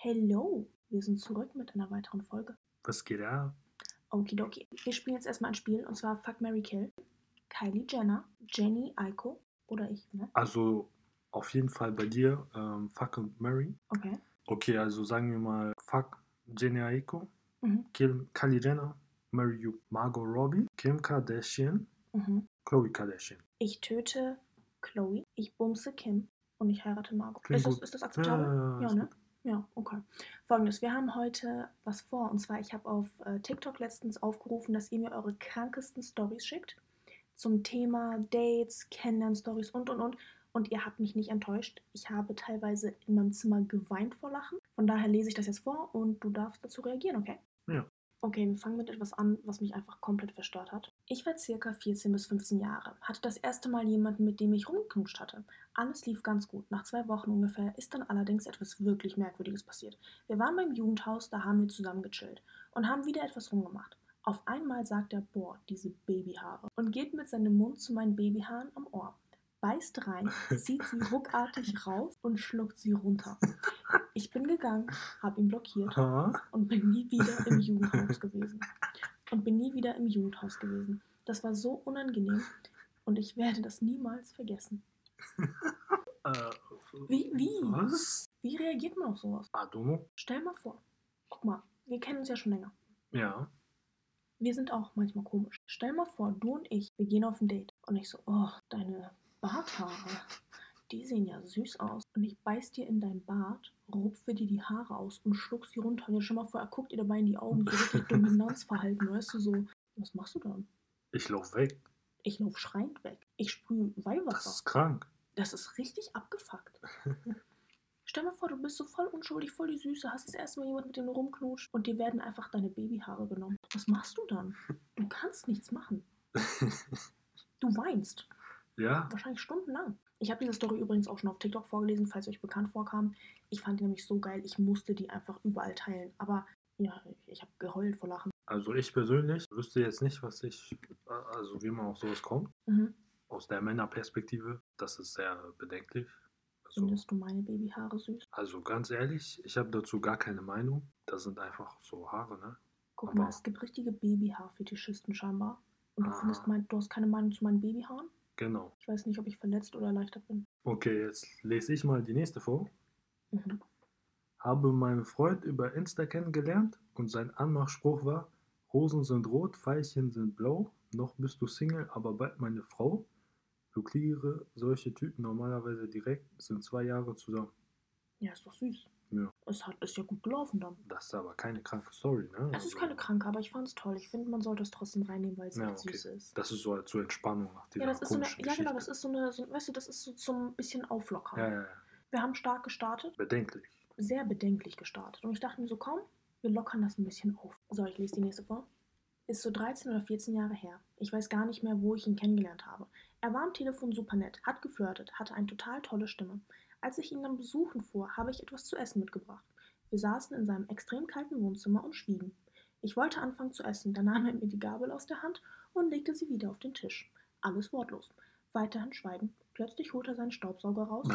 Hello, wir sind zurück mit einer weiteren Folge. Was geht ab? Okidoki. Wir spielen jetzt erstmal ein Spiel und zwar Fuck, Marry, Kill. Kylie Jenner, Jenny Aiko oder ich, ne? Also auf jeden Fall bei dir Fuck und Mary. Okay. Okay, also sagen wir mal Fuck Jenny Aiko, Mhm. Kill Kylie Jenner, Marry you Margot Robbie, Kim Kardashian, Mhm. Khloe Kardashian. Ich töte Chloe, ich bumse Kim und ich heirate Margot. Klingt Ist gut. das akzeptabel? Ja, ist ne? gut. Ja, okay. Folgendes, wir haben heute was vor und zwar, ich habe auf TikTok letztens aufgerufen, dass ihr mir eure krankesten Stories schickt zum Thema Dates, Kennenlern-Stories und. Und ihr habt mich nicht enttäuscht. Ich habe teilweise in meinem Zimmer geweint vor Lachen. Von daher lese ich das jetzt vor und du darfst dazu reagieren, okay? Ja. Okay, wir fangen mit etwas an, was mich einfach komplett verstört hat. Ich war circa 14 bis 15 Jahre, hatte das erste Mal jemanden, mit dem ich rumgeknutscht hatte. Alles lief ganz gut. Nach 2 Wochen ungefähr ist dann allerdings etwas wirklich Merkwürdiges passiert. Wir waren beim Jugendhaus, da haben wir zusammen gechillt und haben wieder etwas rumgemacht. Auf einmal sagt er, boah, diese Babyhaare und geht mit seinem Mund zu meinen Babyhaaren am Ohr. Beißt rein, zieht sie ruckartig raus und schluckt sie runter. Ich bin gegangen, habe ihn blockiert und bin nie wieder im Jugendhaus gewesen. Das war so unangenehm und ich werde das niemals vergessen. Wie? Was? Wie reagiert man auf sowas? Adomo? Stell mal vor, guck mal, wir kennen uns ja schon länger. Ja. Wir sind auch manchmal komisch. Stell mal vor, du und ich, wir gehen auf ein Date und ich so, oh, deine Barthaare, die sehen ja süß aus. Und ich beiß dir in dein Bart, rupfe dir die Haare aus und schluck sie runter. Und ja, schon mal vor, er guckt dir dabei in die Augen, so richtig Dominanzverhalten, weißt du, so. Was machst du dann? Ich lauf weg. Ich lauf schreiend weg. Ich sprühe Weihwasser. Das ist krank. Das ist richtig abgefuckt. Stell mal vor, du bist so voll unschuldig, voll die Süße, hast das erste Mal jemand, mit dem du rumknutscht und dir werden einfach deine Babyhaare genommen. Was machst du dann? Du kannst nichts machen. Du weinst. Ja. Wahrscheinlich stundenlang. Ich habe diese Story übrigens auch schon auf TikTok vorgelesen, falls euch bekannt vorkam. Ich fand die nämlich so geil, ich musste die einfach überall teilen. Aber ja, ich habe geheult vor Lachen. Also ich persönlich wüsste jetzt nicht, also wie man auf sowas kommt. Mhm. Aus der Männerperspektive, das ist sehr bedenklich. Findest du meine Babyhaare süß? Also ganz ehrlich, ich habe dazu gar keine Meinung. Das sind einfach so Haare, ne? Guck Aber- mal, es gibt richtige Babyhaarfetischisten scheinbar. Und du Aha. du hast keine Meinung zu meinen Babyhaaren? Genau. Ich weiß nicht, ob ich verletzt oder erleichtert bin. Okay, jetzt lese ich mal die nächste vor. Mhm. Habe meinen Freund über Insta kennengelernt und sein Anmachspruch war: Rosen sind rot, Veilchen sind blau, noch bist du Single, aber bald meine Frau. Blockiere solche Typen normalerweise direkt, sind 2 Jahre zusammen. Ja, ist doch süß. Ja. Ist ja gut gelaufen dann. Das ist aber keine kranke Story, ne? Es ist keine kranke, aber ich fand es toll. Ich finde, man sollte es trotzdem reinnehmen, weil es Ja, echt okay. süß ist. Das ist so zur Entspannung nach dieser Ja, das ist so eine, komischen ja genau, Geschichte. das ist weißt du, das ist so zum bisschen Auflockern. Ja. Wir haben stark gestartet, Bedenklich. sehr bedenklich gestartet. Und ich dachte mir so, komm, wir lockern das ein bisschen auf. So, ich lese die nächste vor. Ist so 13 oder 14 Jahre her. Ich weiß gar nicht mehr, wo ich ihn kennengelernt habe. Er war am Telefon super nett, hat geflirtet, hatte eine total tolle Stimme. Als ich ihn dann besuchen fuhr, habe ich etwas zu essen mitgebracht. Wir saßen in seinem extrem kalten Wohnzimmer und schwiegen. Ich wollte anfangen zu essen, dann nahm er mir die Gabel aus der Hand und legte sie wieder auf den Tisch. Alles wortlos. Weiterhin Schweigen. Plötzlich holte er seinen Staubsauger raus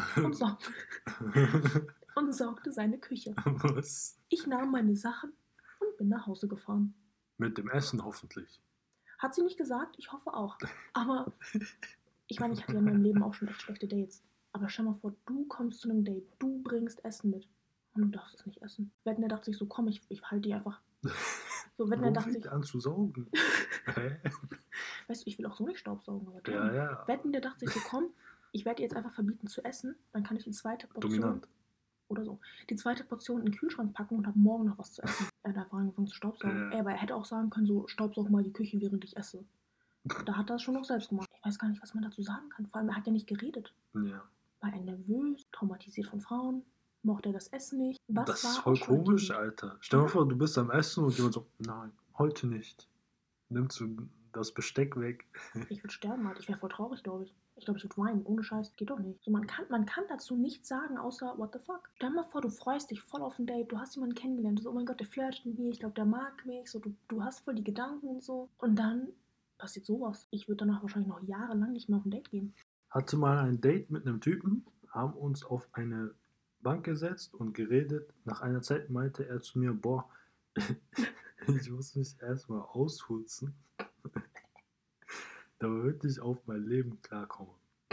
und saugte seine Küche. Was? Ich nahm meine Sachen und bin nach Hause gefahren. Mit dem Essen hoffentlich. Hat sie nicht gesagt, ich hoffe auch. Aber ich meine, ich hatte ja in meinem Leben auch schon echt schlechte Dates. Aber stell mal vor, du kommst zu einem Date, du bringst Essen mit und du darfst es nicht essen. Wetten, der dachte sich so, komm, ich halte die einfach. So, Wetten, der Warum dachte fängt sich, er an zu saugen? Hä? weißt du, ich will auch so nicht Staubsaugen, aber Ja. Wetten, der dachte sich so, komm, ich werde dir jetzt einfach verbieten zu essen, dann kann ich die zweite Portion Dominant. oder so, die zweite Portion in den Kühlschrank packen und habe morgen noch was zu essen. Er hat einfach angefangen zu staubsaugen. Ja. Aber er hätte auch sagen können, so, staubsaug mal die Küche, während ich esse. Da hat er es schon noch selbst gemacht. Ich weiß gar nicht, was man dazu sagen kann. Vor allem, er hat ja nicht geredet. Ja. War er nervös, traumatisiert von Frauen? Mochte er das Essen nicht? Was Das war ist voll ausschlaggebend? komisch, Alter. Stell dir vor, du bist am Essen und jemand so, nein, heute nicht. Nimmst du das Besteck weg? Ich würde sterben, halt. Ich wäre voll traurig, glaube ich. Ich glaube, ich würde weinen. Ohne Scheiß. Geht doch nicht. So, man kann dazu nichts sagen, außer what the fuck. Stell dir mal vor, du freust dich voll auf ein Date. Du hast jemanden kennengelernt. Du so, oh mein Gott, der flirtet mit mir. Ich glaube, der mag mich. So, du hast voll die Gedanken und so. Und dann passiert sowas. Ich würde danach wahrscheinlich noch jahrelang nicht mehr auf ein Date gehen. Hatte mal ein Date mit einem Typen, haben uns auf eine Bank gesetzt und geredet. Nach einer Zeit meinte er zu mir, boah, ich muss mich erstmal aushutzen, damit ich auf mein Leben klarkomme.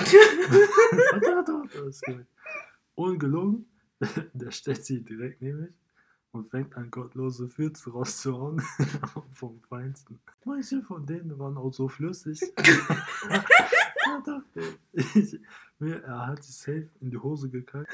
Warte, das geht. Ungelogen, der stellt sich direkt neben mich und fängt an, gottlose Fürze rauszuhauen vom Feinsten. Manche von denen waren auch so flüssig. Er dachte, er hat sich safe in die Hose gekackt.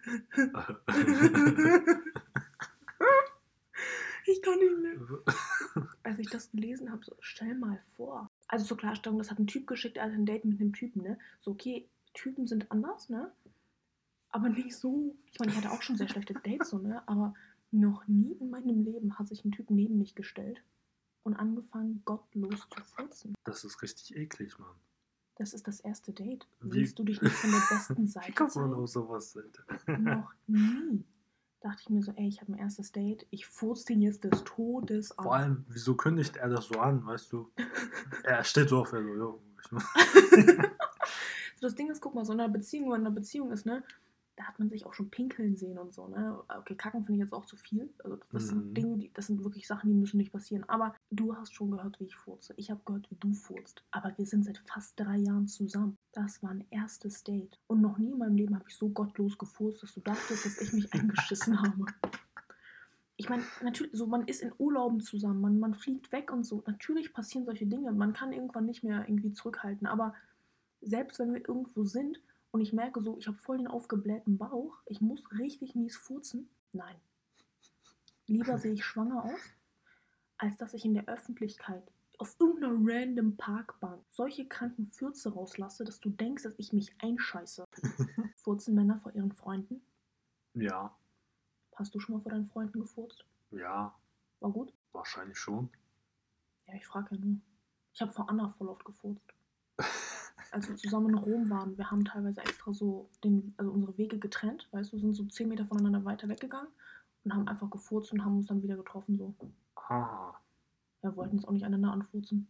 Ich kann nicht mehr. Als ich das gelesen habe, so, stell mal vor. Also zur Klarstellung, das hat ein Typ geschickt, er hat ein Date mit einem Typen, ne? So, okay, Typen sind anders, ne? Aber nicht so. Ich meine, ich hatte auch schon sehr schlechte Dates, so, ne? Aber noch nie in meinem Leben hat sich ein Typ neben mich gestellt und angefangen, gottlos zu furzen. Das ist richtig eklig, Mann. Das ist das erste Date. Wie- Willst du dich nicht von der besten Wie Seite kommt man zeigen? auf sowas, Alter? Noch nie. Dachte ich mir so, ey, ich habe ein erstes Date, ich furze den jetzt des Todes Vor auf. allem, wieso kündigt er das so an, weißt du? Er steht so auf, er so, jo, ich mach. So, das Ding ist, guck mal, so in einer Beziehung, wenn eine Beziehung ist, ne, da hat man sich auch schon pinkeln sehen und so, ne. Okay, kacken finde ich jetzt auch zu viel. Also das sind Dinge, das sind wirklich Sachen, die müssen nicht passieren. Aber du hast schon gehört, wie ich furze. Ich habe gehört, wie du furzt. Aber wir sind seit fast 3 Jahren zusammen. Das war ein erstes Date. Und noch nie in meinem Leben habe ich so gottlos gefurzt, dass du dachtest, dass ich mich eingeschissen habe. Ich meine, natürlich, so man ist in Urlauben zusammen, man fliegt weg und so. Natürlich passieren solche Dinge. Man kann irgendwann nicht mehr irgendwie zurückhalten. Aber selbst wenn wir irgendwo sind und ich merke so, ich habe voll den aufgeblähten Bauch, ich muss richtig mies furzen. Nein. Lieber sehe ich schwanger aus, als dass ich in der Öffentlichkeit auf irgendeiner random Parkbank solche kranken Fürze rauslasse, dass du denkst, dass ich mich einscheiße. Furzen Männer vor ihren Freunden? Ja, Hast du schon mal vor deinen Freunden gefurzt? ja, War gut? wahrscheinlich schon. Ja, ich frage ja nur. Ich habe vor Anna voll oft gefurzt. Als wir zusammen in Rom waren, wir haben teilweise extra so also unsere Wege getrennt, weißt du, sind so 10 Meter voneinander weiter weggegangen und haben einfach gefurzt und haben uns dann wieder getroffen, so. Ah. Wir wollten jetzt auch nicht einander anfurzen.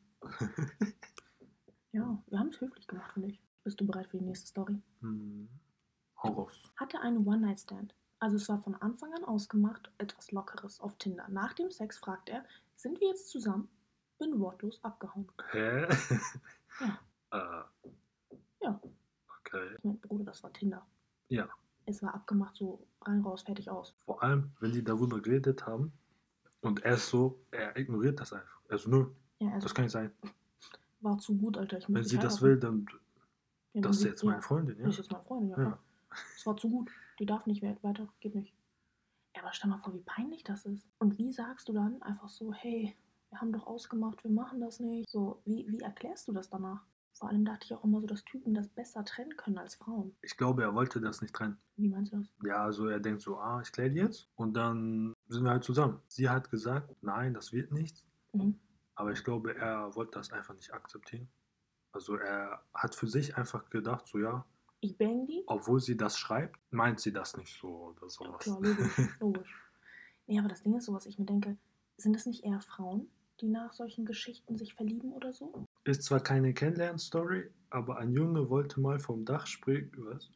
Ja, wir haben es höflich gemacht, finde ich. Bist du bereit für die nächste Story? Hau raus. Hatte einen One-Night-Stand. Also es war von Anfang an ausgemacht, etwas Lockeres auf Tinder. Nach dem Sex fragt er, sind wir jetzt zusammen? Bin wortlos abgehauen. Hä? Ja. Ja. Okay. Ich meine, Bruder, das war Tinder. Ja. Es war abgemacht, so rein, raus, fertig, aus. Vor allem, wenn die darüber geredet haben und er ist so, er ignoriert das einfach. Also, nö, Ja, also das kann nicht sein. war zu gut, Alter. Ich muss Wenn dich sie das heiraten. will, dann Ja, das ist jetzt meine Freundin, ja? Das ist jetzt meine Freundin, ja. Ja. Es war zu gut. Die darf nicht weiter, geht nicht. Ja, aber stell mal vor, wie peinlich das ist. Und wie sagst du dann einfach so, hey, wir haben doch ausgemacht, wir machen das nicht. So, wie erklärst du das danach? Vor allem dachte ich auch immer so, dass Typen das besser trennen können als Frauen. Ich glaube, er wollte das nicht trennen. Wie meinst du das? Ja, also er denkt so, ich kläre die jetzt und dann sind wir halt zusammen. Sie hat gesagt, nein, das wird nichts. Mhm. Aber ich glaube, er wollte das einfach nicht akzeptieren. Also er hat für sich einfach gedacht, so ja, Ich bang die? obwohl sie das schreibt, meint sie das nicht so oder Ja, sowas. klar, logisch. Nee, aber das Ding ist so, was ich mir denke, sind es nicht eher Frauen, die nach solchen Geschichten sich verlieben oder so? Ist zwar keine Kennenlern-Story, aber ein Junge wollte mal vom Dach springen, was?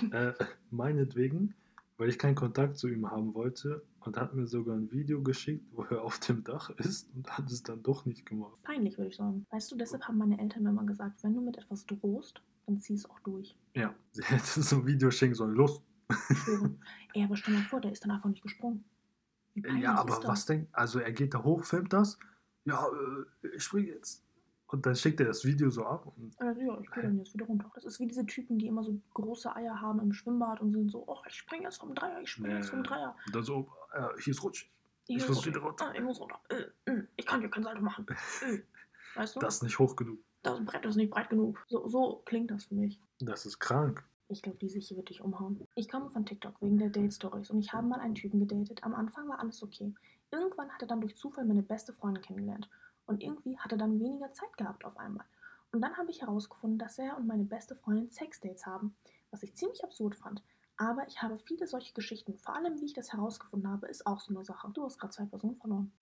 Meinetwegen, weil ich keinen Kontakt zu ihm haben wollte und hat mir sogar ein Video geschickt, wo er auf dem Dach ist und hat es dann doch nicht gemacht. Peinlich, würde ich sagen. Weißt du, deshalb haben meine Eltern mir immer gesagt, wenn du mit etwas drohst, dann zieh es auch durch. Ja, sie hätte so ein Video schicken sollen, los. Ich schwöre. Ey, aber stell mal vor, der ist dann einfach nicht gesprungen. Wie peinlich Ja, ist aber das? was denkt, also er geht da hoch, filmt das, ja, ich springe jetzt. Und dann schickt er das Video so ab. Und Also ja, ich gehe dann jetzt wieder runter. Das ist wie diese Typen, die immer so große Eier haben im Schwimmbad und sind so, oh, ich springe jetzt vom Dreier, ich springe jetzt vom Dreier. Und dann so, hier ist rutschig. Hier Ich ist muss rutschig. wieder runter. Ich muss runter. Ich kann hier kein Salto machen. Weißt du? Das ist nicht hoch genug. Das Brett ist nicht breit genug. So klingt das für mich. Das ist krank. Ich glaube, die Sicht wird dich umhauen. Ich komme von TikTok wegen der Date-Stories und ich habe mal einen Typen gedatet. Am Anfang war alles okay. Irgendwann hat er dann durch Zufall meine beste Freundin kennengelernt. Und irgendwie hat er dann weniger Zeit gehabt auf einmal. Und dann habe ich herausgefunden, dass er und meine beste Freundin Sexdates haben, was ich ziemlich absurd fand. Aber ich habe viele solche Geschichten. Vor allem, wie ich das herausgefunden habe, ist auch so eine Sache. Du hast gerade 2 Personen verloren.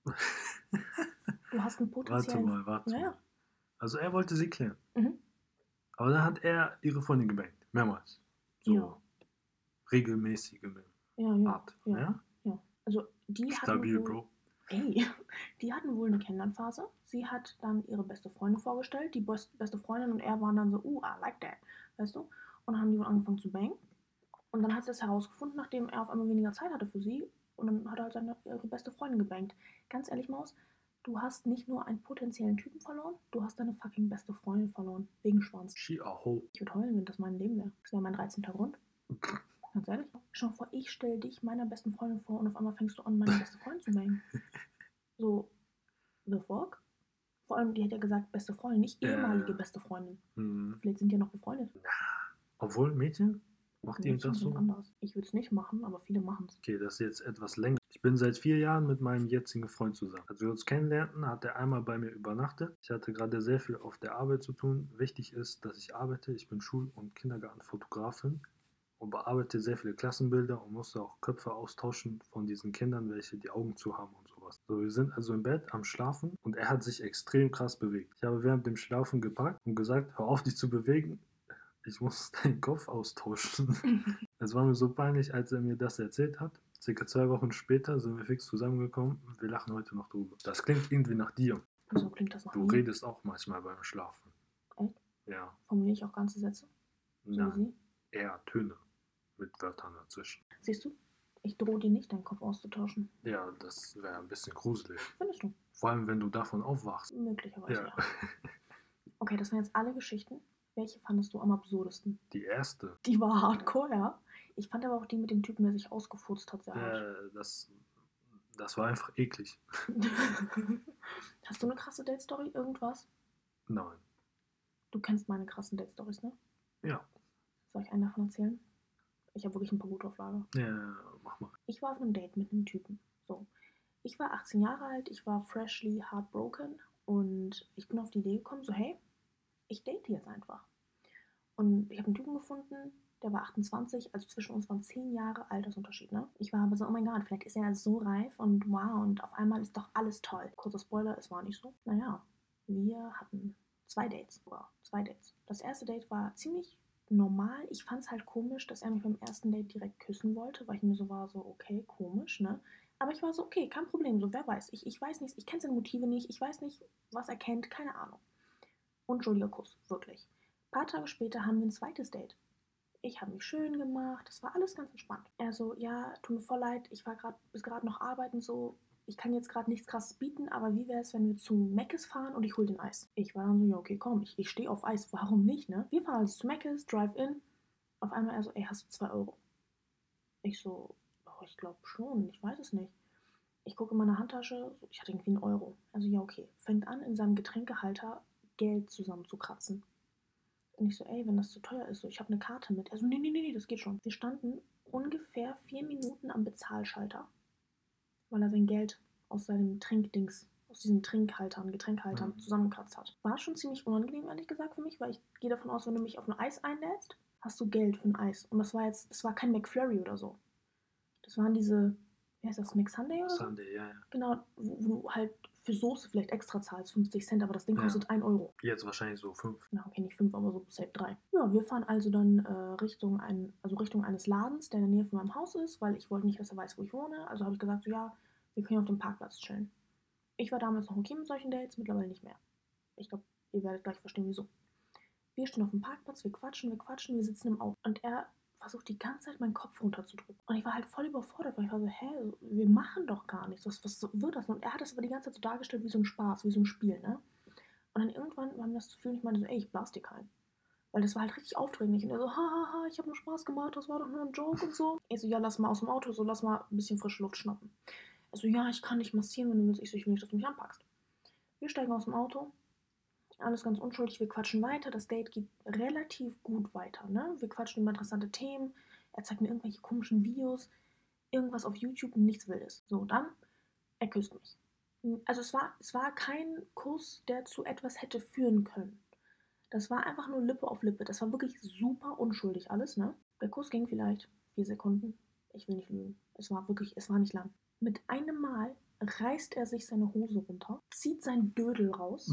Du hast einen potenziellen... Warte Ja, mal. ja. Also er wollte sie klären. Mhm. Aber dann hat er ihre Freundin gebankt. Mehrmals. So. Ja. regelmäßige Ja, ja, Art. ja, Ja? ja. Also die hatten Stabil, wohl, Bro. ey, die hatten wohl eine Kennenlernphase. Sie hat dann ihre beste Freundin vorgestellt. Die beste Freundin und er waren dann so, I like that, weißt du? Und dann haben die wohl angefangen zu bangen. Und dann hat sie das herausgefunden, nachdem er auf einmal weniger Zeit hatte für sie. Und dann hat er halt ihre beste Freundin gebankt. Ganz ehrlich, Maus, du hast nicht nur einen potenziellen Typen verloren, du hast deine fucking beste Freundin verloren. Wegen Schwanz. She a hoe. Ich würde heulen, wenn das mein Leben wäre. Das wäre mein 13. Grund. Ganz ehrlich. Schau vor, ich stelle dich meiner besten Freundin vor und auf einmal fängst du an, meine beste Freundin zu bangen. So, the fuck? Vor allem, die hat ja gesagt, beste Freundin, nicht ehemalige beste Freundin. Vielleicht sind die ja noch befreundet. Obwohl, Mädchen, macht ihr Mädchen das sind so? anders. Ich würde es nicht machen, aber viele machen es. Okay, das ist jetzt etwas länger. Ich bin seit 4 Jahren mit meinem jetzigen Freund zusammen. Als wir uns kennenlernten, hat er einmal bei mir übernachtet. Ich hatte gerade sehr viel auf der Arbeit zu tun. Wichtig ist, dass ich arbeite. Ich bin Schul- und Kindergartenfotografin und bearbeite sehr viele Klassenbilder und musste auch Köpfe austauschen von diesen Kindern, welche die Augen zu haben und sowas. So, wir sind also im Bett am Schlafen und er hat sich extrem krass bewegt. Ich habe während dem Schlafen gepackt und gesagt, hör auf dich zu bewegen. Ich muss deinen Kopf austauschen. Es war mir so peinlich, als er mir das erzählt hat. Circa 2 Wochen später sind wir fix zusammengekommen. Wir lachen heute noch drüber. Das klingt irgendwie nach dir. Wieso klingt das nach Du mir? redest auch manchmal beim Schlafen. Echt? Ja. Formuliere ich auch ganze Sätze? So wie Nein, sie? eher Töne mit Wörtern dazwischen. Siehst du? Ich drohe dir nicht, deinen Kopf auszutauschen. Ja, das wäre ein bisschen gruselig. Findest du? Vor allem, wenn du davon aufwachst. Möglicherweise, Ja. ja. Okay, das waren jetzt alle Geschichten. Welche fandest du am absurdesten? Die erste, Die war hardcore, ja. Ich fand aber auch die mit dem Typen, der sich ausgefurzt hat, sehr hart. das war einfach eklig. Hast du eine krasse Date-Story? Irgendwas? Nein. Du kennst meine krassen Date-Stories, ne? Ja. Soll ich einen davon erzählen? Ich habe wirklich ein paar gute auf Lager. Ja, mach mal. Ich war auf einem Date mit einem Typen. So. Ich war 18 Jahre alt, ich war freshly heartbroken und ich bin auf die Idee gekommen, so hey, ich date jetzt einfach. Und ich habe einen Typen gefunden, der war 28, also zwischen uns waren 10 Jahre Altersunterschied, ne? Ich war aber so, oh mein Gott, vielleicht ist er ja so reif und wow, und auf einmal ist doch alles toll. Kurzer Spoiler, es war nicht so. Naja, wir hatten 2 Dates. Wow, 2 Dates. Das erste Date war ziemlich normal. Ich fand es halt komisch, dass er mich beim ersten Date direkt küssen wollte, weil ich mir so war, so, okay, komisch, ne? Aber ich war so, okay, kein Problem, so, wer weiß. Ich weiß nichts, ich kenne seine Motive nicht, ich weiß nicht, was er kennt, keine Ahnung. Unschuldiger Kuss, wirklich. Ein paar Tage später haben wir ein zweites Date. Ich habe mich schön gemacht, das war alles ganz entspannt. Er so, ja, tut mir voll leid, ich war bis gerade noch arbeiten, so, ich kann jetzt gerade nichts krasses bieten, aber wie wäre es, wenn wir zu Mc's fahren und ich hol den Eis? Ich war dann so, ja, okay, komm, ich stehe auf Eis, warum nicht, ne? Wir fahren also zu Mc's, Drive-In. Auf einmal er so, ey, hast du 2 Euro? Ich so, oh, ich glaube schon, ich weiß es nicht. Ich gucke in meine Handtasche, ich hatte irgendwie 1 Euro. Also ja, okay. Fängt an, in seinem Getränkehalter Geld zusammenzukratzen. Und ich so, ey, wenn das zu teuer ist, so, ich habe eine Karte mit. Er so, nee, das geht schon. Wir standen ungefähr 4 Minuten am Bezahlschalter, weil er sein Geld aus seinem Trinkdings, aus diesen Trinkhaltern, Getränkhaltern zusammengekratzt hat. War schon ziemlich unangenehm, ehrlich gesagt, für mich, weil ich gehe davon aus, wenn du mich auf ein Eis einlädst, hast du Geld für ein Eis. Und das war kein McFlurry oder so. Das waren diese, wie heißt das, McSunday oder so? Sunday, ja. Genau, wo du halt für Soße vielleicht extra zahlst, 50 Cent, aber das Ding Ja. kostet 1 Euro. Jetzt wahrscheinlich so 5. Na, okay, nicht 5, aber so safe 3. Ja, wir fahren also dann Richtung eines Ladens, der in der Nähe von meinem Haus ist, weil ich wollte nicht, dass er weiß, wo ich wohne. Also habe ich gesagt, so ja, wir können auf dem Parkplatz chillen. Ich war damals noch okay mit solchen Dates, mittlerweile nicht mehr. Ich glaube, ihr werdet gleich verstehen, wieso. Wir stehen auf dem Parkplatz, wir quatschen, wir sitzen im Auto. Und er versucht die ganze Zeit meinen Kopf runterzudrücken. Und ich war halt voll überfordert, weil ich war so, hä, wir machen doch gar nichts. Was wird das? Und er hat das aber die ganze Zeit so dargestellt wie so ein Spaß, wie so ein Spiel, ne? Und dann irgendwann war mir das zu viel und ich meinte so, ey, ich blas dir keinen. Weil das war halt richtig aufdringlich. Und er so, hahaha, ich habe nur Spaß gemacht, das war doch nur ein Joke und so. Ich so, ja, lass mal aus dem Auto, so lass mal ein bisschen frische Luft schnappen. Er so, ja, ich kann dich massieren, wenn du willst. Ich so, ich will nicht, dass du mich anpackst. Wir steigen aus dem Auto. Alles ganz unschuldig, wir quatschen weiter. Das Date geht relativ gut weiter, ne? Wir quatschen über interessante Themen. Er zeigt mir irgendwelche komischen Videos. Irgendwas auf YouTube, nichts Wildes. So, dann, er küsst mich. Also es war kein Kuss, der zu etwas hätte führen können. Das war einfach nur Lippe auf Lippe. Das war wirklich super unschuldig alles, ne? Der Kuss ging vielleicht 4 Sekunden. Ich will nicht lügen. Es war nicht lang. Mit einem Mal reißt er sich seine Hose runter, zieht sein Dödel raus,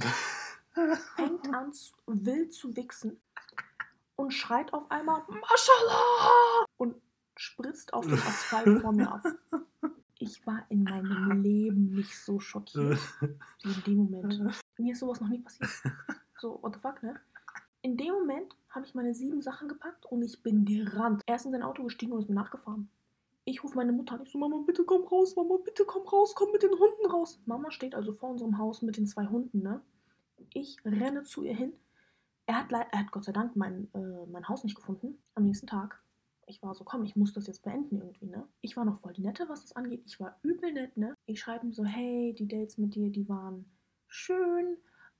fängt an, wild zu wichsen und schreit auf einmal, Maschallah! Und spritzt auf den Asphalt vor mir ab. Ich war in meinem Leben nicht so schockiert wie in dem Moment. Mir ist sowas noch nie passiert. So, what the fuck, ne? In dem Moment habe ich meine 7 Sachen gepackt und ich bin gerannt. Er ist in sein Auto gestiegen und ist mir nachgefahren. Ich rufe meine Mutter an. Ich so, Mama, bitte komm raus, Mama, bitte komm raus, komm mit den Hunden raus. Mama steht also vor unserem Haus mit den 2 Hunden, ne? Ich renne zu ihr hin. Er hat Gott sei Dank mein Haus nicht gefunden am nächsten Tag. Ich war so, komm, ich muss das jetzt beenden irgendwie, ne? Ich war noch voll die Nette, was das angeht. Ich war übel nett, ne? Ich schreibe ihm so, hey, die Dates mit dir, die waren schön,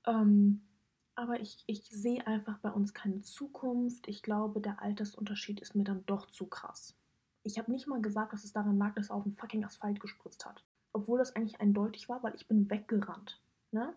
aber ich sehe einfach bei uns keine Zukunft. Ich glaube, der Altersunterschied ist mir dann doch zu krass. Ich habe nicht mal gesagt, dass es daran lag, dass er auf den fucking Asphalt gespritzt hat. Obwohl das eigentlich eindeutig war, weil ich bin weggerannt, ne?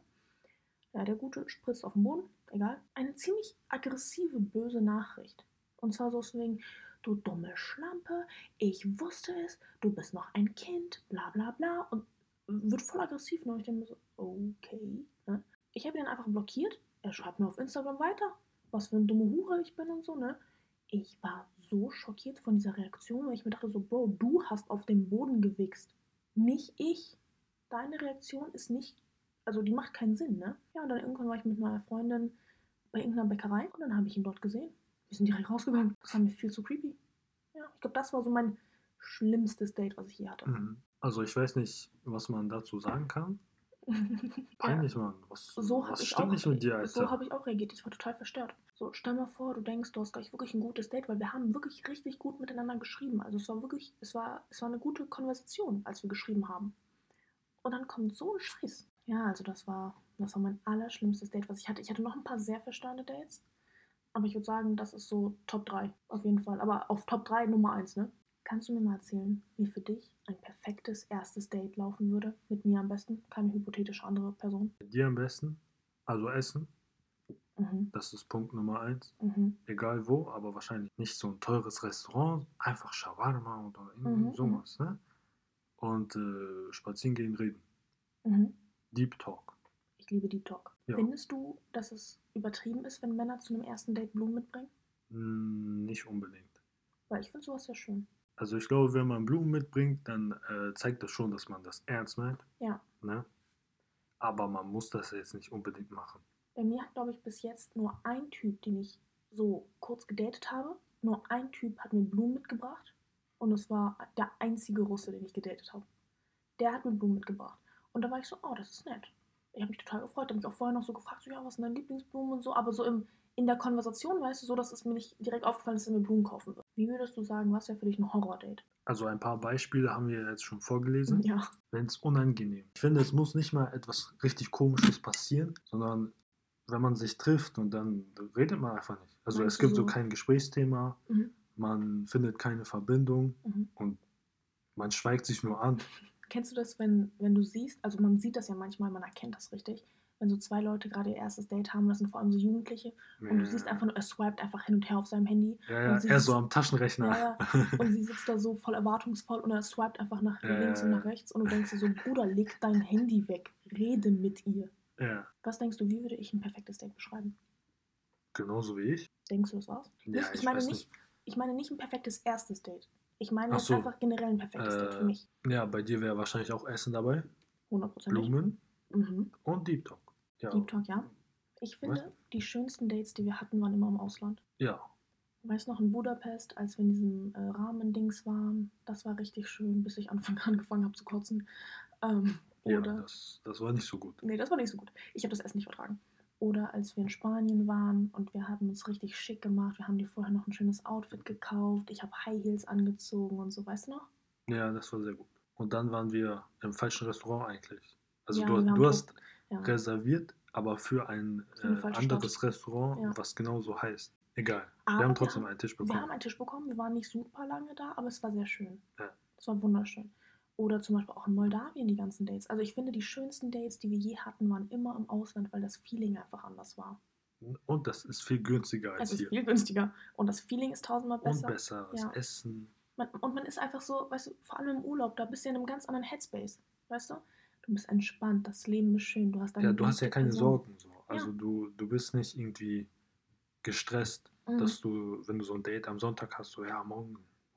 Ja, der Gute spritzt auf den Boden, egal. Eine ziemlich aggressive, böse Nachricht. Und zwar so wegen, du dumme Schlampe, ich wusste es, du bist noch ein Kind, bla bla bla. Und wird voll aggressiv. Ne? Und ich denke mir so, okay. Ne? Ich habe ihn dann einfach blockiert. Er schreibt mir auf Instagram weiter, was für eine dumme Hure ich bin und so, ne? Ich war so schockiert von dieser Reaktion, weil ich mir dachte so, Bro, du hast auf den Boden gewichst. Nicht ich. Deine Reaktion ist nicht, also die macht keinen Sinn, ne? Ja, und dann irgendwann war ich mit meiner Freundin bei irgendeiner Bäckerei und dann habe ich ihn dort gesehen. Wir sind direkt rausgegangen. Das war mir viel zu creepy. Ja, ich glaube, das war so mein schlimmstes Date, was ich je hatte. Also ich weiß nicht, was man dazu sagen kann. Ja, Peinlich, Mann. Was so stimmt nicht mit dir, Alter? habe ich auch reagiert. Ich war total verstört. So, stell mal vor, du denkst, du hast gleich wirklich ein gutes Date, weil wir haben wirklich richtig gut miteinander geschrieben. Also es war wirklich, es war eine gute Konversation, als wir geschrieben haben. Und dann kommt so ein Scheiß. Ja, also das war mein allerschlimmstes Date, was ich hatte. Ich hatte noch ein paar sehr verstörende Dates. Aber ich würde sagen, das ist so Top 3, auf jeden Fall. Aber auf Top 3 Nummer 1, ne? Kannst du mir mal erzählen, wie für dich ein perfektes erstes Date laufen würde? Mit mir am besten, keine hypothetische andere Person. Mit dir am besten. Also Essen. Mhm. Das ist Punkt Nummer 1. Mhm. Egal wo, aber wahrscheinlich nicht so ein teures Restaurant. Einfach Shawarma oder Mhm. sowas, ne? Und spazieren gehen, reden. Mhm. Deep Talk. Ich liebe Deep Talk. Ja. Findest du, dass es übertrieben ist, wenn Männer zu einem ersten Date Blumen mitbringen? Nicht unbedingt. Weil ich finde sowas sehr schön. Also ich glaube, wenn man Blumen mitbringt, dann zeigt das schon, dass man das ernst meint. Ja. Ne? Aber man muss das jetzt nicht unbedingt machen. Bei mir hat, glaube ich, bis jetzt nur ein Typ, den ich so kurz gedatet habe, nur ein Typ hat mir Blumen mitgebracht. Und es war der einzige Russe, den ich gedatet habe. Der hat mir Blumen mitgebracht. Und da war ich so, oh, das ist nett. Ich habe mich total gefreut. Ich habe mich auch vorher noch so gefragt, so, ja, was sind deine Lieblingsblumen und so. Aber so in der Konversation, weißt du, so, dass es mir nicht direkt aufgefallen ist, dass er mir Blumen kaufen wird. Wie würdest du sagen, was wäre für dich ein Horror-Date? Also ein paar Beispiele haben wir jetzt schon vorgelesen. Ja. Wenn es unangenehm. Ich finde, es muss nicht mal etwas richtig Komisches passieren, sondern wenn man sich trifft und dann redet man einfach nicht. Also Meinst es du gibt so so? kein Gesprächsthema, Mhm. man findet keine Verbindung Mhm. und man schweigt sich nur an. Kennst du das, wenn du siehst, also man sieht das ja manchmal, man erkennt das richtig, wenn so 2 Leute gerade ihr erstes Date haben, das sind vor allem so Jugendliche, und du siehst einfach nur, er swiped einfach hin und her auf seinem Handy. Ja, und sie er so sitzt, am Taschenrechner. ja, und sie sitzt da so voll erwartungsvoll und er swiped einfach nach links und nach rechts und du denkst dir so, Bruder, leg dein Handy weg, rede mit ihr. Ja, Was denkst du, wie würde ich ein perfektes Date beschreiben? genauso wie ich. Denkst du, das war's? Ja, Ich meine nicht ein perfektes erstes Date. Ich meine Ach jetzt so. einfach generell ein perfektes Date für mich. Ja, bei dir wäre wahrscheinlich auch Essen dabei. 100%. Blumen Mhm. und Deep Talk. Ja. Deep Talk, ja. Ich finde, die schönsten Dates, die wir hatten, waren immer im Ausland. Ja. Weißt du noch, in Budapest, als wir in diesem Ramen-Dings waren, das war richtig schön, bis ich angefangen habe zu kotzen. Ja, Oder, das war nicht so gut. nee, das war nicht so gut. Ich habe das Essen nicht vertragen. Oder als wir in Spanien waren und wir haben uns richtig schick gemacht. Wir haben dir vorher noch ein schönes Outfit gekauft. Ich habe High Heels angezogen und so, weißt du noch? Ja, das war sehr gut. Und dann waren wir im falschen Restaurant eigentlich. Also Ja, du, wir haben du hast ja, reserviert, aber für ein für eine falsche anderes Stadt. Restaurant, Ja. was genau so heißt. Egal. Aber wir haben trotzdem einen Tisch Wir bekommen. haben einen Tisch bekommen. Wir waren nicht super lange da, aber es war sehr schön. Ja. Es war wunderschön. Oder zum Beispiel auch in Moldawien die ganzen Dates. Also ich finde, die schönsten Dates, die wir je hatten, waren immer im Ausland, weil das Feeling einfach anders war. Und das ist viel günstiger als Es ist hier. viel günstiger. Und das Feeling ist tausendmal besser. Und besseres Ja. Essen. Und man ist einfach so, weißt du, vor allem im Urlaub, da bist du in einem ganz anderen Headspace. Weißt du? Du bist entspannt, das Leben ist schön, du hast deine Ja, du hast ja geliebte keine Person. Sorgen. So. Ja. Also du bist nicht irgendwie gestresst, dass du, wenn du so ein Date am Sonntag hast, so ja, morgen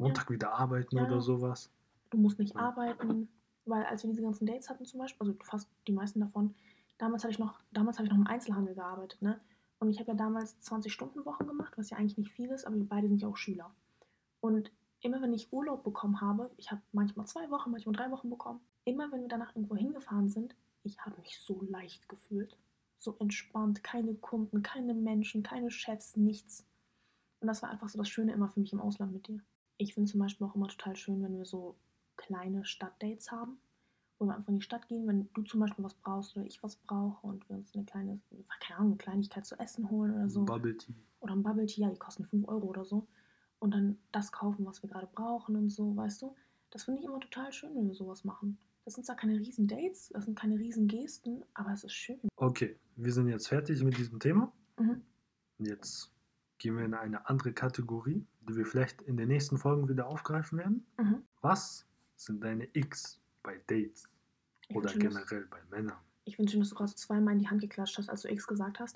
Montag wieder arbeiten Ja. oder sowas. Du musst nicht Ja. arbeiten, weil als wir diese ganzen Dates hatten zum Beispiel, also fast die meisten davon, damals habe ich noch im Einzelhandel gearbeitet, ne? Und ich habe ja damals 20-Stunden-Wochen gemacht, was ja eigentlich nicht viel ist, aber wir beide sind ja auch Schüler. Und immer wenn ich Urlaub bekommen habe, ich habe manchmal 2 Wochen, manchmal 3 Wochen bekommen, immer wenn wir danach irgendwo hingefahren sind, ich habe mich so leicht gefühlt. So entspannt, keine Kunden, keine Menschen, keine Chefs, nichts. Und das war einfach so das Schöne immer für mich im Ausland mit dir. Ich finde zum Beispiel auch immer total schön, wenn wir so kleine Stadtdates haben, wo wir einfach in die Stadt gehen, wenn du zum Beispiel was brauchst oder ich was brauche und wir uns eine kleine, keine Ahnung, eine Kleinigkeit zu essen holen oder so. Bubble Tea. Oder ein Bubble Tea, ja, die kosten 5 Euro oder so. Und dann das kaufen, was wir gerade brauchen und so, weißt du? Das finde ich immer total schön, wenn wir sowas machen. Das sind zwar keine riesen Dates, das sind keine riesen Gesten, aber es ist schön. Okay, wir sind jetzt fertig mit diesem Thema. Mhm. Jetzt gehen wir in eine andere Kategorie, die wir vielleicht in den nächsten Folgen wieder aufgreifen werden. Mhm. Was sind deine X bei Dates Ich oder find schön, dass- generell bei Männern? Ich finde schön, dass du gerade so zweimal in die Hand geklatscht hast, als du X gesagt hast.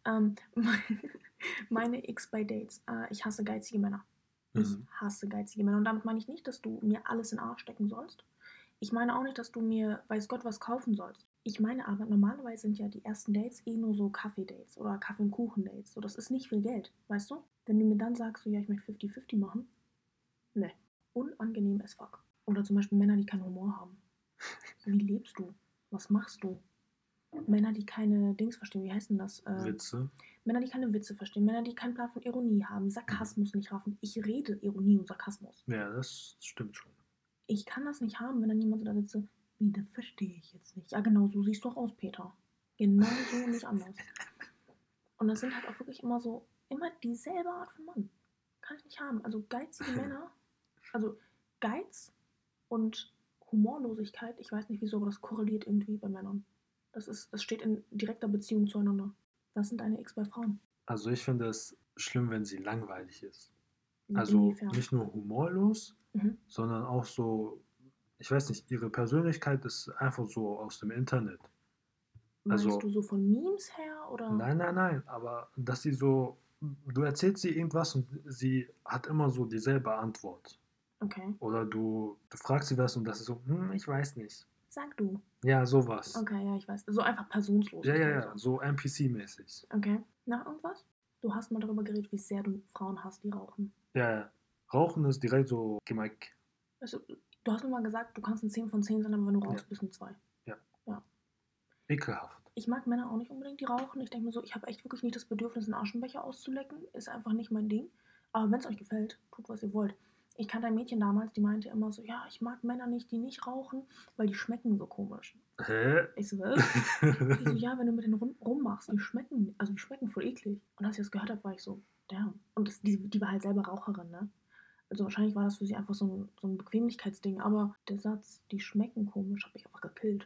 Meine X bei Dates. Ich hasse geizige Männer. Ich Mhm. hasse geizige Männer. Und damit meine ich nicht, dass du mir alles in den Arsch stecken sollst. Ich meine auch nicht, dass du mir, weiß Gott, was kaufen sollst. Ich meine aber, normalerweise sind ja die ersten Dates eh nur so Kaffee-Dates oder Kaffee- und Kuchen-Dates. So, das ist nicht viel Geld, weißt du? Wenn du mir dann sagst, so, ja, ich möchte 50-50 machen, ne. Unangenehm as fuck. Oder zum Beispiel Männer, die keinen Humor haben. Wie lebst du? Was machst du? Männer, die keine Dings verstehen, wie heißt denn das? Witze. Männer, die keine Witze verstehen, Männer, die keinen Plan von Ironie haben, Sarkasmus nicht raffen. Ich rede Ironie und Sarkasmus. Ja, das stimmt schon. Ich kann das nicht haben, wenn dann jemand so da sitzt, so, wie, das verstehe ich jetzt nicht. Ja, genau so siehst du auch aus, Peter. Genau so, nicht anders. Und das sind halt auch wirklich immer so, immer dieselbe Art von Mann. Kann ich nicht haben. Also geizige Männer, also Geiz und Humorlosigkeit, ich weiß nicht wieso, aber das korreliert irgendwie bei Männern. Das steht in direkter Beziehung zueinander. Was sind deine X bei Frauen? Also ich finde es schlimm, wenn sie langweilig ist. Also Inwiefern? nicht nur humorlos, Mhm. sondern auch so, ich weiß nicht, ihre Persönlichkeit ist einfach so aus dem Internet. Meinst Also, du so von Memes her oder? nein, aber dass sie so, du erzählst sie irgendwas und sie hat immer so dieselbe Antwort. Okay. Oder du fragst sie was und das ist so, ich weiß nicht. Sag du. Ja, sowas. Okay, ja, ich weiß. So einfach personslos. Ja, ist ja, der ja, so. so NPC-mäßig. Okay. Noch irgendwas? Du hast mal darüber geredet, wie sehr du Frauen hast, die rauchen. Ja, ja. Rauchen ist direkt so Gemack. Also, du hast mir mal gesagt, du kannst ein 10 von 10 sein, aber wenn du rauchst, Ja. bist du ein 2. Ekelhaft. Ich mag Männer auch nicht unbedingt, die rauchen. Ich denke mir so, ich habe echt wirklich nicht das Bedürfnis, einen Aschenbecher auszulecken. Ist einfach nicht mein Ding. Aber wenn es euch gefällt, tut, was ihr wollt. Ich kannte ein Mädchen damals, die meinte immer so, ja, ich mag Männer nicht, die nicht rauchen, weil die schmecken so komisch. Hä? Ich so, was? Die so, ja, wenn du mit denen rummachst, die schmecken voll eklig. Und als ich das gehört habe, war ich so, damn. Und die war halt selber Raucherin, ne? Also wahrscheinlich war das für sie einfach so ein Bequemlichkeitsding. Aber der Satz, die schmecken komisch, habe ich einfach gekillt.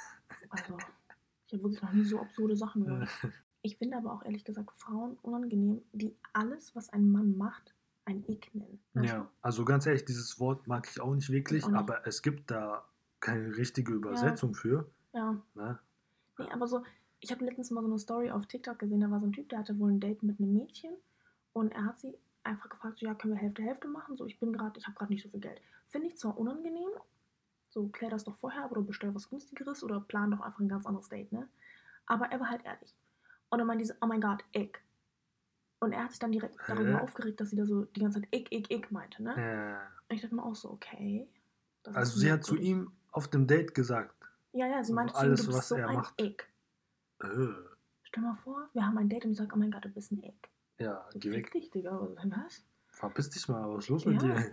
Also, ich habe wirklich noch nie so absurde Sachen gehört. Ich finde aber auch ehrlich gesagt Frauen unangenehm, die alles, was ein Mann macht, ein Ick nennen. Weißt Ja, also ganz ehrlich, dieses Wort mag ich auch nicht wirklich, Ich auch nicht. aber es gibt da keine richtige Übersetzung für. du? Ja. Ne? Nee, aber so, ich habe letztens mal so eine Story auf TikTok gesehen, da war so ein Typ, der hatte wohl ein Date mit einem Mädchen und er hat sie einfach gefragt, so, ja, können wir Hälfte machen? So, ich habe gerade nicht so viel Geld. Finde ich zwar unangenehm, so, klär das doch vorher, aber du bestell was günstigeres oder plan doch einfach ein ganz anderes Date, ne? Aber er war halt ehrlich. Und dann meinte sie, oh mein Gott, Ick. Und er hat sich dann direkt darüber aufgeregt, dass sie da so die ganze Zeit Ick meinte, ne? Und ich dachte mir auch so, okay. Das Also ist sie hat zu merkwürdig. ihm auf dem Date gesagt, Ja, sie meinte zu ihm, alles, du bist was so er ein macht. Ick. Äh, Stell mal vor, wir haben ein Date und ich sage, oh mein Gott, du bist ein Ick. ja, So, geh weg. fick dich, Digga. Was? Verpiss dich mal, was ist los mit dir?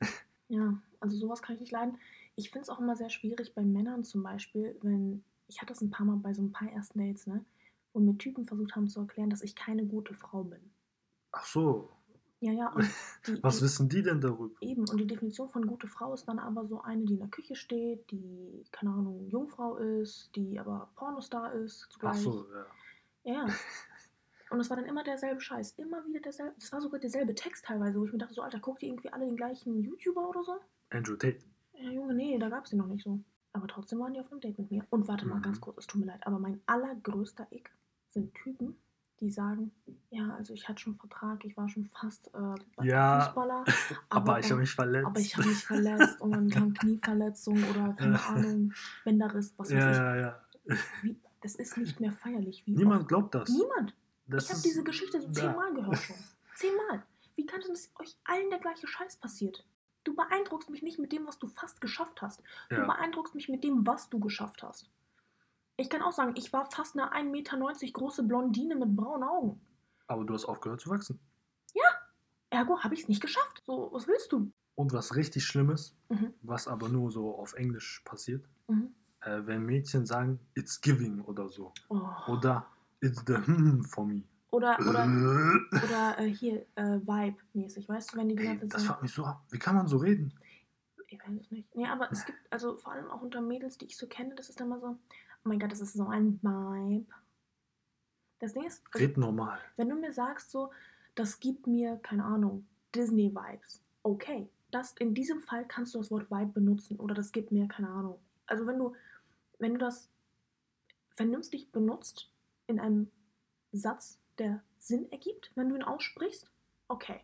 Ja, also sowas kann ich nicht leiden. Ich finde es auch immer sehr schwierig bei Männern zum Beispiel, wenn, ich hatte das ein paar Mal bei so ein paar ersten Dates, ne, wo mir Typen versucht haben zu erklären, dass ich keine gute Frau bin. Ach so, Ja, und was wissen die denn darüber? eben, und die Definition von gute Frau ist dann aber so eine, die in der Küche steht, die, keine Ahnung, Jungfrau ist, die aber Pornostar ist zugleich. Ach so, ja. Ja. Und es war dann immer derselbe Scheiß. Immer wieder derselbe. Es war sogar derselbe Text teilweise, wo ich mir dachte, so, Alter, guckt ihr irgendwie alle den gleichen YouTuber oder so? Andrew Tate. Ja, Junge, nee, da gab es die noch nicht so. Aber trotzdem waren die auf einem Date mit mir. Und warte mal, ganz kurz, es tut mir leid, aber mein allergrößter Ick sind Typen, die sagen, Ja, also ich hatte schon einen Vertrag, ich war schon fast Ja, Fußballer, aber ich habe aber, mich aber ich verletzt. habe mich verletzt und dann kam Knieverletzung oder Ja, keine Ahnung, Bänderriss, was weiß ja, ich. ja, ja. Wie, das ist nicht mehr feierlich, wie oft. Niemand glaubt das. Niemand. Ich Das habe ist. diese Geschichte so Ja. 10-mal gehört schon. 10-mal. Wie kann denn es euch allen der gleiche Scheiß passiert? Du beeindruckst mich nicht mit dem, was du fast geschafft hast. Du Ja, beeindruckst mich mit dem, was du geschafft hast. Ich kann auch sagen, ich war fast eine 1,90 Meter große Blondine mit braunen Augen. aber du hast aufgehört zu wachsen. Ja, ergo habe ich es nicht geschafft. So, was willst du? Und was richtig Schlimmes, Mhm. was aber nur so auf Englisch passiert, Mhm. wenn Mädchen sagen, it's giving oder so. Oh. Oder it's the for me. Oder hier, Vibe-mäßig, weißt du, wenn die Ey, ganze Zeit das sagen, fuckt mich so ab. Wie kann man so reden? ich weiß es nicht. Nee, aber es gibt, also vor allem auch unter Mädels, die ich so kenne, das ist dann mal so, oh mein Gott, das ist so ein Vibe. Das Ding ist, also, Red normal. wenn du mir sagst so, das gibt mir, keine Ahnung, Disney-Vibes, okay. In diesem Fall kannst du das Wort Vibe benutzen oder das gibt mir, keine Ahnung. Also wenn du das vernünftig benutzt in einem Satz, der Sinn ergibt, wenn du ihn aussprichst, okay.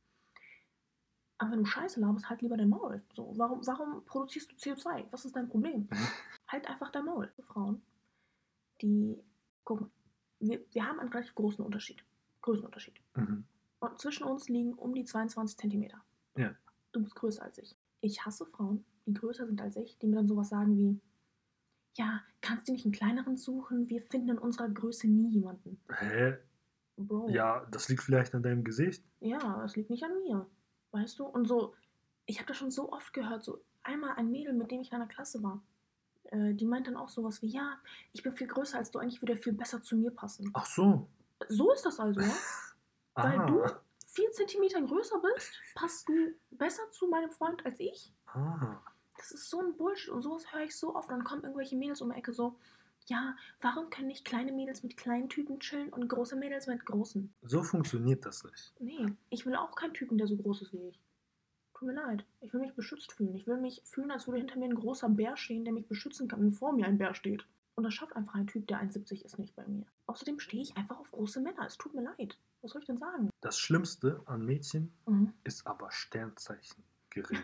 Aber wenn du Scheiße laberst, halt lieber dein Maul. So, warum produzierst du CO2? Was ist dein Problem? Halt einfach dein Maul. Frauen, die, guck mal, wir haben einen relativ großen Unterschied. Größenunterschied. Mhm. Und zwischen uns liegen um die 22 Zentimeter. Ja. Du bist größer als ich. Ich hasse Frauen, die größer sind als ich, die mir dann sowas sagen wie, ja, kannst du nicht einen kleineren suchen? Wir finden in unserer Größe nie jemanden. Hä? Bro. Ja, das liegt vielleicht an deinem Gesicht. Ja, das liegt nicht an mir. Weißt du? Und so, ich habe das schon so oft gehört, so einmal ein Mädel, mit dem ich in einer Klasse war, die meint dann auch sowas wie, ja, ich bin viel größer als du, eigentlich würde er viel besser zu mir passen. Ach so. So ist das also, ja? Weil du Ah. 4 Zentimeter größer bist, passt du besser zu meinem Freund als ich? Ah. Das ist so ein Bullshit und sowas höre ich so oft. Dann kommen irgendwelche Mädels um die Ecke so, ja, warum können nicht kleine Mädels mit kleinen Typen chillen und große Mädels mit großen? So funktioniert das nicht. Nee, ich will auch keinen Typen, der so groß ist wie ich. Tut mir leid. Ich will mich beschützt fühlen. Ich will mich fühlen, als würde hinter mir ein großer Bär stehen, der mich beschützen kann, wenn vor mir ein Bär steht. Und das schafft einfach ein Typ, der 1,70 ist, nicht bei mir. Außerdem stehe ich einfach auf große Männer. Es tut mir leid. Was soll ich denn sagen? Das Schlimmste an Mädchen Mhm. ist aber Sternzeichen gering.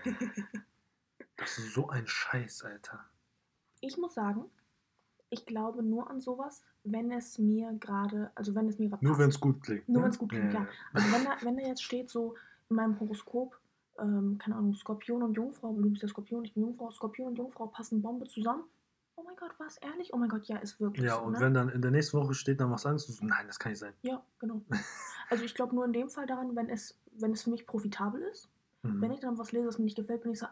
Das ist so ein Scheiß, Alter. Ich muss sagen, ich glaube nur an sowas, wenn es mir gerade, also wenn es mir gerade Nur passt. wenn es gut klingt. Nur ne? wenn es gut klingt, ja. Also wenn da jetzt steht so in meinem Horoskop, keine Ahnung, Skorpion und Jungfrau, weil du bist ja Skorpion, ich bin Jungfrau, Skorpion und Jungfrau passen Bombe zusammen. Oh mein Gott, war es ehrlich? Oh mein Gott, ja, ist wirklich Ja, so, und ne? wenn dann in der nächsten Woche steht dann was anderes, du so, nein, das kann nicht sein. Ja, genau. Also ich glaube nur in dem Fall daran, wenn es für mich profitabel ist. Mhm. Wenn ich dann was lese, was mir nicht gefällt, bin ich so,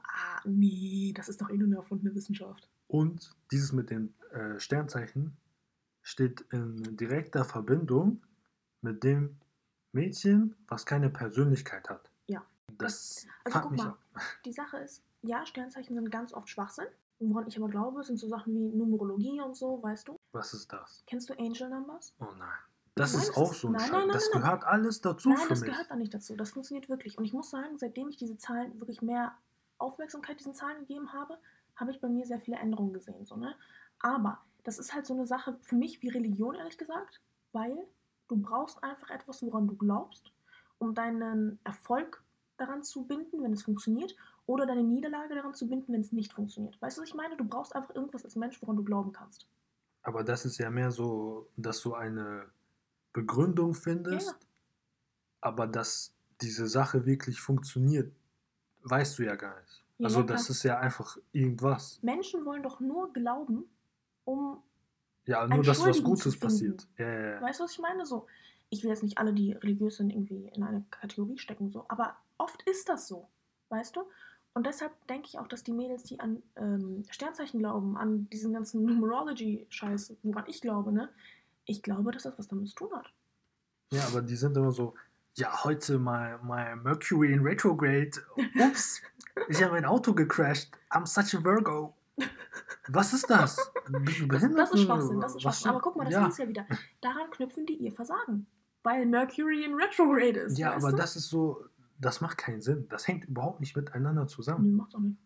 nee, das ist doch eh nur eine erfundene Wissenschaft. Und dieses mit den Sternzeichen steht in direkter Verbindung mit dem Mädchen, was keine Persönlichkeit hat. Ja. Das Also fuckt guck mich mal, ab. die Sache ist, ja, Sternzeichen sind ganz oft Schwachsinn. Woran ich aber glaube, sind so Sachen wie Numerologie und so, weißt du? Was ist das? Kennst du Angel Numbers? Oh nein. Das Nein, ist das auch ist- so ein nein, Scheiß. nein, nein, Das nein, nein. gehört alles dazu Nein, für das mich. gehört da nicht dazu. Das funktioniert wirklich. Und ich muss sagen, seitdem ich diese Zahlen wirklich mehr Aufmerksamkeit diesen Zahlen gegeben habe, habe ich bei mir sehr viele Änderungen gesehen. So, ne? Aber das ist halt so eine Sache für mich wie Religion, ehrlich gesagt, weil du brauchst einfach etwas, woran du glaubst, um deinen Erfolg daran zu binden, wenn es funktioniert, oder deine Niederlage daran zu binden, wenn es nicht funktioniert. Weißt du, was ich meine? Du brauchst einfach irgendwas als Mensch, woran du glauben kannst. Aber das ist ja mehr so, dass du eine Begründung findest, Ja, ja. aber dass diese Sache wirklich funktioniert, weißt du ja gar nicht. Ja, Also ja, klar. das ist ja einfach irgendwas. Menschen wollen doch nur glauben, um Ja, nur dass was Entschuldigung zu Gutes finden. passiert. Ja, ja, ja. Weißt du, was ich meine? So, ich will jetzt nicht alle, die religiös sind, irgendwie in eine Kategorie stecken, so, aber oft ist das so, weißt du? Und deshalb denke ich auch, dass die Mädels, die an Sternzeichen glauben, an diesen ganzen Numerology-Scheiß, woran ich glaube, ne? Ich glaube, dass das was damit zu tun hat. Ja, aber die sind immer so, ja, heute mal Mercury in Retrograde. Ups, ich habe mein Auto gecrashed. I'm such a Virgo. Was ist das? Bist du behindert? Das ist Schwachsinn, das ist Was Schwachsinn. stimmt? Aber guck mal, das Ja. ist ja wieder. Daran knüpfen die ihr Versagen. Weil Mercury in Retrograde ist. Ja, weißt aber du? das ist so, das macht keinen Sinn. Das hängt überhaupt nicht miteinander zusammen. Nö, macht's auch nicht.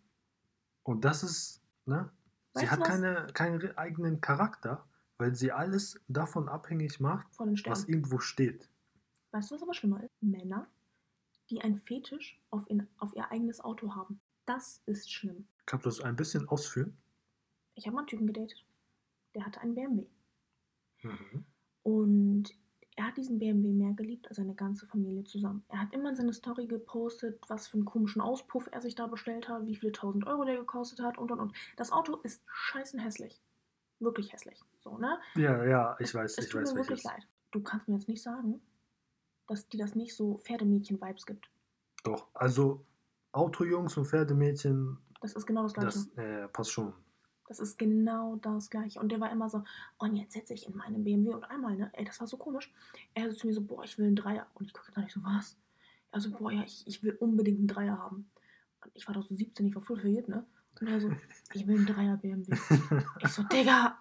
Und das ist, ne? Sie Weißt hat du was? keinen eigenen Charakter, weil sie alles davon abhängig macht, Von den was Sternen. irgendwo steht. Weißt du, was aber schlimmer ist? Männer, die einen Fetisch auf ihr eigenes Auto haben. Das ist schlimm. Kannst du das ein bisschen ausführen? Ich habe mal einen Typen gedatet. Der hatte einen BMW. Mhm. Und er hat diesen BMW mehr geliebt als seine ganze Familie zusammen. Er hat immer in seine Story gepostet, was für einen komischen Auspuff er sich da bestellt hat, wie viele 1000 Euro der gekostet hat und. Das Auto ist scheißen hässlich. Wirklich hässlich. So, ne? Ja, ich Es weiß tut mir wirklich welches. leid. Du kannst mir jetzt nicht sagen, dass dir das nicht so Pferdemädchen-Vibes gibt. Doch, also Autojungs und Pferdemädchen, Das ist genau das Gleiche. das passt schon. Das ist genau das Gleiche. Und der war immer so, oh, und jetzt setze ich in meinem BMW. Und einmal, ne, ey, das war so komisch. Er so zu mir so, boah, ich will einen Dreier. Und ich gucke da nicht so, was? Er so, boah, ja, ich will unbedingt einen Dreier haben. Und ich war doch so 17, ich war voll verwirrt, ne? Und er so, ich will einen Dreier BMW. Ich so, Digga,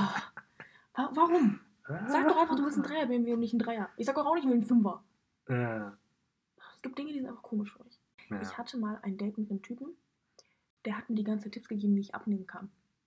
warum? Sag doch einfach, du willst einen Dreier BMW und nicht einen Dreier. Ich sag auch nicht, ich will einen Fünfer. Es gibt Dinge, die sind einfach komisch für mich. Ja. Ich hatte mal ein Date mit einem Typen, der hat mir die ganze Zeit Tipps gegeben, wie ich abnehmen kann.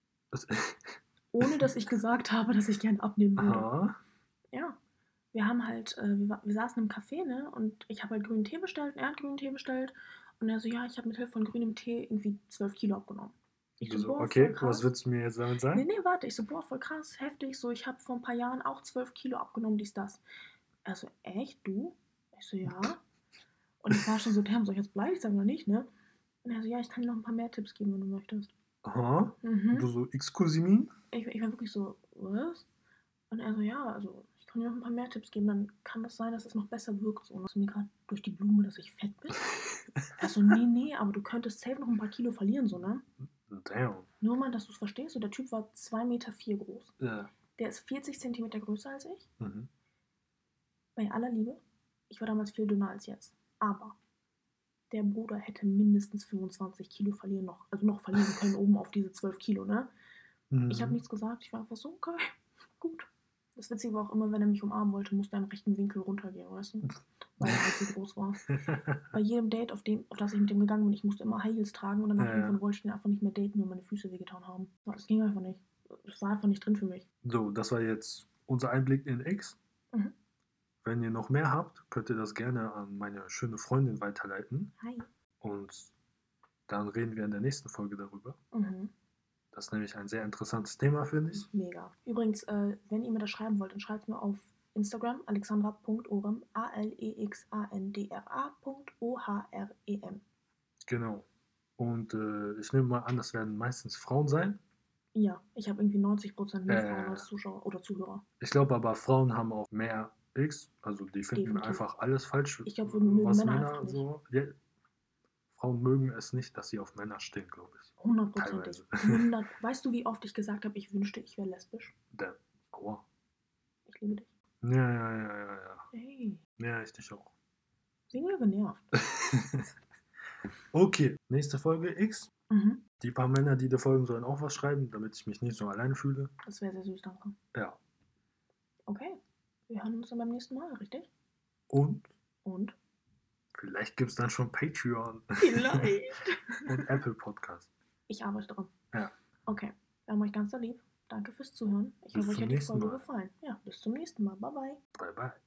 Ohne dass ich gesagt habe, dass ich gerne abnehmen würde. Aha. Ja. Wir haben halt, wir saßen im Café, ne? Und ich habe halt grünen Tee bestellt und er hat grünen Tee bestellt. Und er so, ja, ich habe mit Hilfe von grünem Tee irgendwie 12 Kilo abgenommen. Ich Du so, so, boah, voll okay, krass. was willst du mir jetzt damit sagen? Nee, warte. Ich so, boah, voll krass, heftig. So, ich habe vor ein paar Jahren auch 12 Kilo abgenommen, dies, das. Er so, echt, du? Ich so, ja. Und ich war schon so, damn, soll ich jetzt beleidigt sagen oder nicht, ne? Und er so, ja, ich kann dir noch ein paar mehr Tipps geben, wenn du möchtest. Aha. Mhm. Du so, excuse me? Ich war wirklich so, was? Und er so, ja, also ich kann dir noch ein paar mehr Tipps geben, dann kann das sein, dass es noch besser wirkt. So, und hast du mir gerade durch die Blume, dass ich fett bin? Er so, nee, aber du könntest safe noch ein paar Kilo verlieren, so, ne? Damn. Nur mal, dass du es verstehst, so, der Typ war 2,4 Meter groß. Ja. Der ist 40 Zentimeter größer als ich. Mhm. Bei aller Liebe, ich war damals viel dünner als jetzt. Aber der Bruder hätte mindestens 25 Kilo verlieren können, oben auf diese 12 Kilo, ne? Mhm. Ich habe nichts gesagt, ich war einfach so, okay, gut. Das Witzige war auch immer, wenn er mich umarmen wollte, musste er im rechten Winkel runtergehen, weißt du? Weil er halt so groß war. Bei jedem Date, auf das ich mit dem gegangen bin, ich musste immer High Heels tragen und danach irgendwann wollte ich ihn einfach nicht mehr daten, nur meine Füße wehgetan haben. Das ging einfach nicht. Das war einfach nicht drin für mich. So, das war jetzt unser Einblick in X. Mhm. Wenn ihr noch mehr habt, könnt ihr das gerne an meine schöne Freundin weiterleiten. Hi. Und dann reden wir in der nächsten Folge darüber. Mhm. Das ist nämlich ein sehr interessantes Thema, finde ich. Mega. Übrigens, wenn ihr mir das schreiben wollt, dann schreibt mir auf Instagram alexandra.orem, alexandra.orem. Genau. Und ich nehme mal an, das werden meistens Frauen sein. Ja, ich habe irgendwie 90% mehr Frauen als Zuschauer oder Zuhörer. Ich glaube aber, Frauen haben auch mehr X. Also die finden Definitiv. einfach alles falsch. Ich glaube, wir mögen was Männer Männer einfach nicht. so. Ja, Frauen mögen es nicht, dass sie auf Männer stehen, glaube ich. 100%. Weißt du, wie oft ich gesagt habe, ich wünschte, ich wäre lesbisch? Aua. Ich liebe dich. Ja. Hey, Ja, ich dich auch. sind wir genervt. Okay, nächste Folge X. Mhm. Die paar Männer, die da folgen, sollen auch was schreiben, damit ich mich nicht so alleine fühle. Das wäre sehr süß, danke. Ja. Okay, wir hören uns dann beim nächsten Mal, richtig? Und Und? vielleicht gibt es dann schon Patreon. Vielleicht. Und Apple Podcast. Ich arbeite dran. Ja. Okay, wir haben euch ganz lieb. Danke fürs Zuhören. Ich Bis hoffe, euch zum hat die nächsten Folge Mal. gefallen. Ja, bis zum nächsten Mal. Bye, bye. Bye, bye.